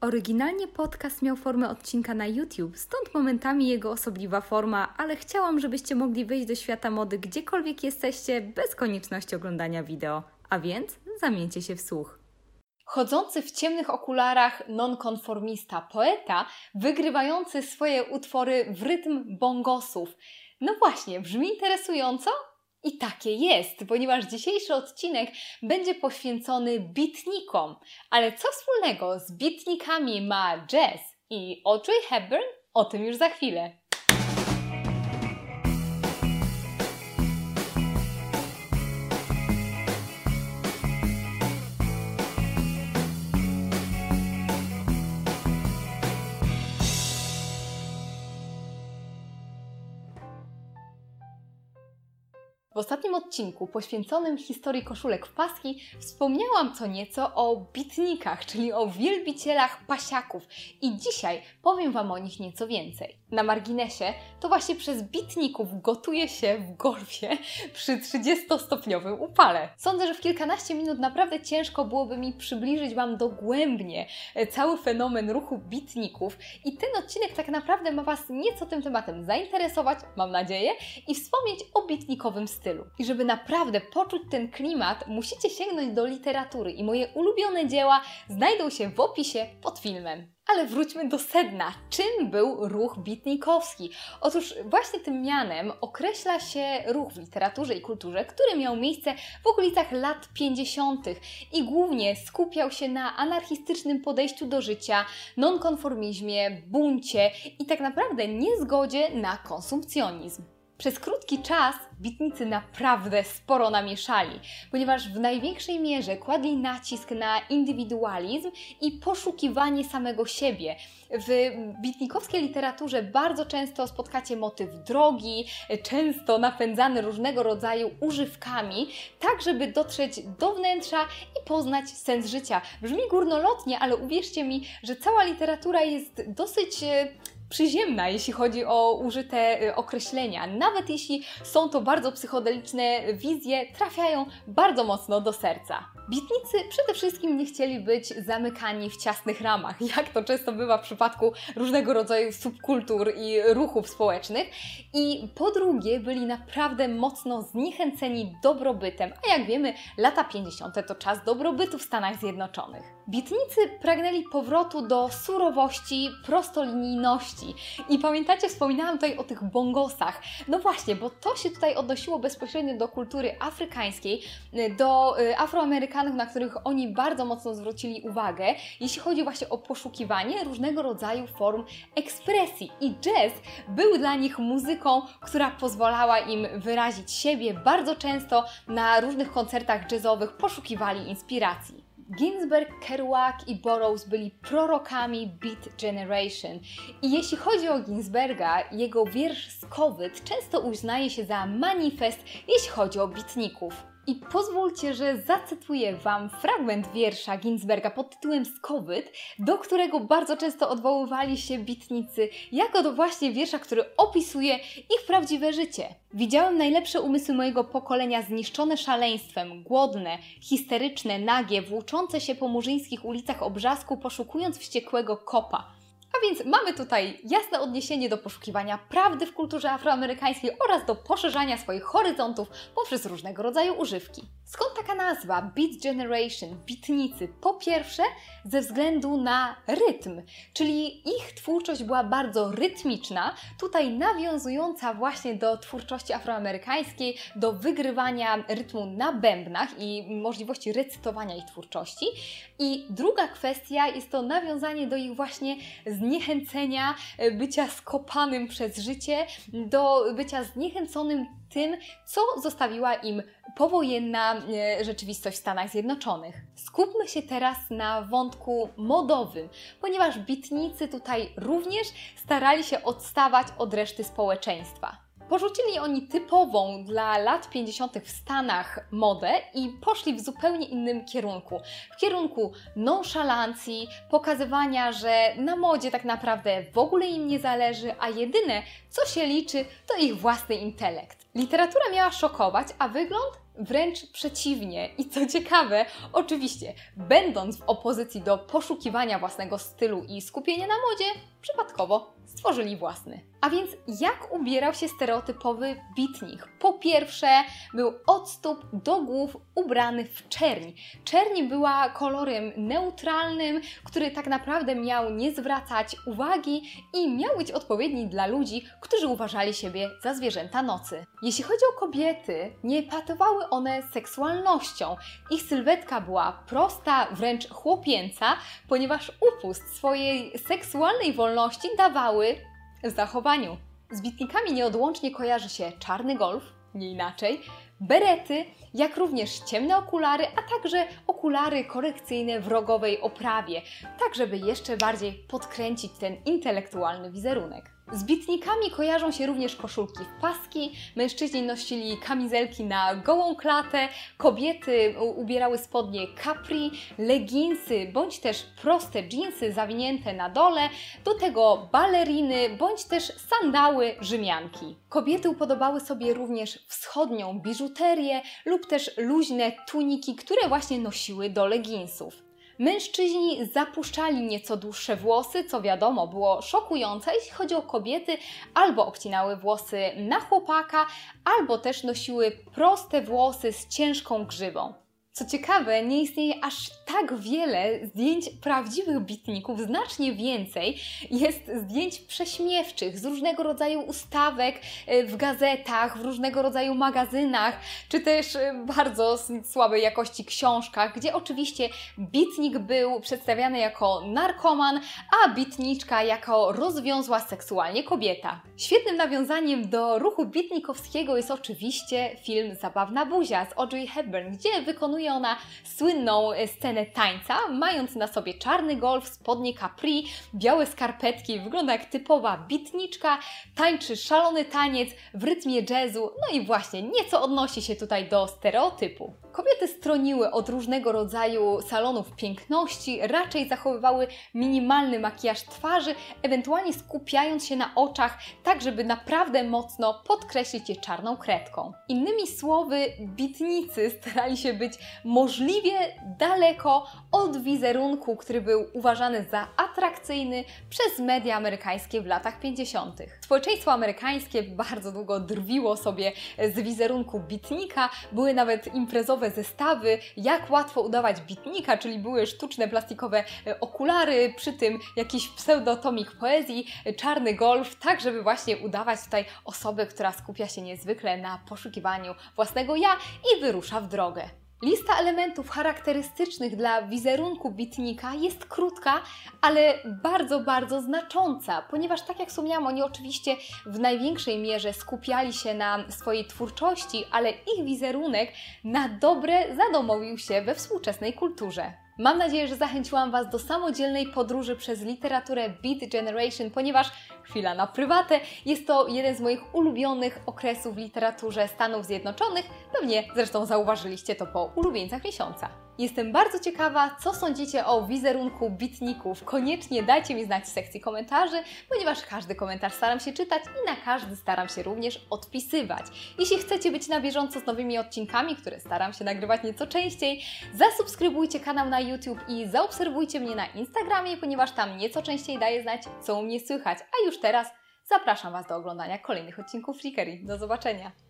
Oryginalnie podcast miał formę odcinka na YouTube, stąd momentami jego osobliwa forma, ale chciałam, żebyście mogli wejść do świata mody gdziekolwiek jesteście, bez konieczności oglądania wideo. A więc zamieńcie się w słuch. Chodzący w ciemnych okularach nonkonformista, poeta wygrywający swoje utwory w rytm bongosów. No właśnie, brzmi interesująco? I takie jest, ponieważ dzisiejszy odcinek będzie poświęcony beatnikom. Ale co wspólnego z beatnikami ma jazz i Audrey Hepburn? O tym już za chwilę. W ostatnim odcinku poświęconym historii koszulek w paski wspomniałam co nieco o beatnikach, czyli o wielbicielach pasiaków i dzisiaj powiem Wam o nich nieco więcej. Na marginesie, to właśnie przez beatników gotuje się w golfie przy 30-stopniowym upale. Sądzę, że w kilkanaście minut naprawdę ciężko byłoby mi przybliżyć Wam dogłębnie cały fenomen ruchu beatników i ten odcinek tak naprawdę ma Was nieco tym tematem zainteresować, mam nadzieję, i wspomnieć o beatnikowym stylu. I żeby naprawdę poczuć ten klimat, musicie sięgnąć do literatury i moje ulubione dzieła znajdą się w opisie pod filmem. Ale wróćmy do sedna. Czym był ruch beatnikowski? Otóż właśnie tym mianem określa się ruch w literaturze i kulturze, który miał miejsce w okolicach lat 50. i głównie skupiał się na anarchistycznym podejściu do życia, nonkonformizmie, buncie i tak naprawdę niezgodzie na konsumpcjonizm. Przez krótki czas beatnicy naprawdę sporo namieszali, ponieważ w największej mierze kładli nacisk na indywidualizm i poszukiwanie samego siebie. W beatnikowskiej literaturze bardzo często spotkacie motyw drogi, często napędzany różnego rodzaju używkami, tak żeby dotrzeć do wnętrza i poznać sens życia. Brzmi górnolotnie, ale uwierzcie mi, że cała literatura jest dosyć przyziemna, jeśli chodzi o użyte określenia. Nawet jeśli są to bardzo psychodeliczne wizje, trafiają bardzo mocno do serca. Beatnicy przede wszystkim nie chcieli być zamykani w ciasnych ramach, jak to często bywa w przypadku różnego rodzaju subkultur i ruchów społecznych. I po drugie byli naprawdę mocno zniechęceni dobrobytem, a jak wiemy lata 50. to czas dobrobytu w Stanach Zjednoczonych. Beatnicy pragnęli powrotu do surowości, prostolinijności. I pamiętacie, wspominałam tutaj o tych bongosach. No właśnie, bo to się tutaj odnosiło bezpośrednio do kultury afrykańskiej, do Afroamerykanów, na których oni bardzo mocno zwrócili uwagę, jeśli chodzi właśnie o poszukiwanie różnego rodzaju form ekspresji. I jazz był dla nich muzyką, która pozwalała im wyrazić siebie. Bardzo często na różnych koncertach jazzowych poszukiwali inspiracji. Ginsberg, Kerouac i Burroughs byli prorokami Beat Generation. I jeśli chodzi o Ginsberga, jego wiersz Skowyt często uznaje się za manifest, jeśli chodzi o beatników. I pozwólcie, że zacytuję Wam fragment wiersza Ginsberga pod tytułem Skowyt, do którego bardzo często odwoływali się beatnicy, jako do właśnie wiersza, który opisuje ich prawdziwe życie. Widziałem najlepsze umysły mojego pokolenia zniszczone szaleństwem, głodne, histeryczne, nagie, włóczące się po murzyńskich ulicach Obrzasku, poszukując wściekłego kopa. A więc mamy tutaj jasne odniesienie do poszukiwania prawdy w kulturze afroamerykańskiej oraz do poszerzania swoich horyzontów poprzez różnego rodzaju używki. Skąd taka nazwa Beat Generation, beatnicy? Po pierwsze ze względu na rytm, czyli ich twórczość była bardzo rytmiczna, tutaj nawiązująca właśnie do twórczości afroamerykańskiej, do wygrywania rytmu na bębnach i możliwości recytowania ich twórczości. I druga kwestia jest to nawiązanie do ich właśnie zniechęcenia, bycia skopanym przez życie, do bycia zniechęconym tym, co zostawiła im powojenna rzeczywistość w Stanach Zjednoczonych. Skupmy się teraz na wątku modowym, ponieważ beatnicy tutaj również starali się odstawać od reszty społeczeństwa. Porzucili oni typową dla lat 50. w Stanach modę i poszli w zupełnie innym kierunku. W kierunku nonszalancji, pokazywania, że na modzie tak naprawdę w ogóle im nie zależy, a jedyne, co się liczy, to ich własny intelekt. Literatura miała szokować, a wygląd Wręcz przeciwnie. I co ciekawe, oczywiście, będąc w opozycji do poszukiwania własnego stylu i skupienia na modzie, przypadkowo stworzyli własny. A więc jak ubierał się stereotypowy beatnik? Po pierwsze, był od stóp do głów ubrany w czerń. Czerń była kolorem neutralnym, który tak naprawdę miał nie zwracać uwagi i miał być odpowiedni dla ludzi, którzy uważali siebie za zwierzęta nocy. Jeśli chodzi o kobiety, nie epatowały one seksualnością. Ich sylwetka była prosta, wręcz chłopięca, ponieważ upust swojej seksualnej wolności dawały w zachowaniu. Z bitnikami nieodłącznie kojarzy się czarny golf, nie inaczej, berety, jak również ciemne okulary, a także okulary korekcyjne w rogowej oprawie, tak żeby jeszcze bardziej podkręcić ten intelektualny wizerunek. Z bitnikami kojarzą się również koszulki w paski, mężczyźni nosili kamizelki na gołą klatę, kobiety ubierały spodnie capri, leginsy bądź też proste dżinsy zawinięte na dole, do tego baleriny bądź też sandały rzymianki. Kobiety upodobały sobie również wschodnią biżuterię lub też luźne tuniki, które właśnie nosiły do leginsów. Mężczyźni zapuszczali nieco dłuższe włosy, co wiadomo było szokujące, jeśli chodzi o kobiety, albo obcinały włosy na chłopaka, albo też nosiły proste włosy z ciężką grzywą. Co ciekawe, nie istnieje aż tak wiele zdjęć prawdziwych bitników, znacznie więcej jest zdjęć prześmiewczych z różnego rodzaju ustawek w gazetach, w różnego rodzaju magazynach, czy też bardzo słabej jakości książkach, gdzie oczywiście bitnik był przedstawiany jako narkoman, a bitniczka jako rozwiązła seksualnie kobieta. Świetnym nawiązaniem do ruchu bitnikowskiego jest oczywiście film Zabawna buzia z Audrey Hepburn, gdzie wykonuje ona słynną scenę tańca, mając na sobie czarny golf, spodnie capri, białe skarpetki, wygląda jak typowa bitniczka, tańczy szalony taniec w rytmie jazzu, no i właśnie nieco odnosi się tutaj do stereotypu. Kobiety stroniły od różnego rodzaju salonów piękności, raczej zachowywały minimalny makijaż twarzy, ewentualnie skupiając się na oczach, tak żeby naprawdę mocno podkreślić je czarną kredką. Innymi słowy, bitnicy starali się być możliwie daleko od wizerunku, który był uważany za atrakcyjny przez media amerykańskie w latach 50. Społeczeństwo amerykańskie bardzo długo drwiło sobie z wizerunku bitnika, były nawet imprezowe zestawy, jak łatwo udawać bitnika, czyli były sztuczne plastikowe okulary, przy tym jakiś pseudotomik poezji, czarny golf, tak żeby właśnie udawać tutaj osobę, która skupia się niezwykle na poszukiwaniu własnego ja i wyrusza w drogę. Lista elementów charakterystycznych dla wizerunku bitnika jest krótka, ale bardzo znacząca, ponieważ tak jak wspomniałam, oni oczywiście w największej mierze skupiali się na swojej twórczości, ale ich wizerunek na dobre zadomowił się we współczesnej kulturze. Mam nadzieję, że zachęciłam Was do samodzielnej podróży przez literaturę Beat Generation, ponieważ, chwila na prywatę, jest to jeden z moich ulubionych okresów w literaturze Stanów Zjednoczonych. Pewnie zresztą zauważyliście to po ulubieńcach miesiąca. Jestem bardzo ciekawa, co sądzicie o wizerunku bitników. Koniecznie dajcie mi znać w sekcji komentarzy, ponieważ każdy komentarz staram się czytać i na każdy staram się również odpisywać. Jeśli chcecie być na bieżąco z nowymi odcinkami, które staram się nagrywać nieco częściej, zasubskrybujcie kanał na YouTube i zaobserwujcie mnie na Instagramie, ponieważ tam nieco częściej daję znać, co u mnie słychać. A już teraz zapraszam Was do oglądania kolejnych odcinków Freakery. Do zobaczenia!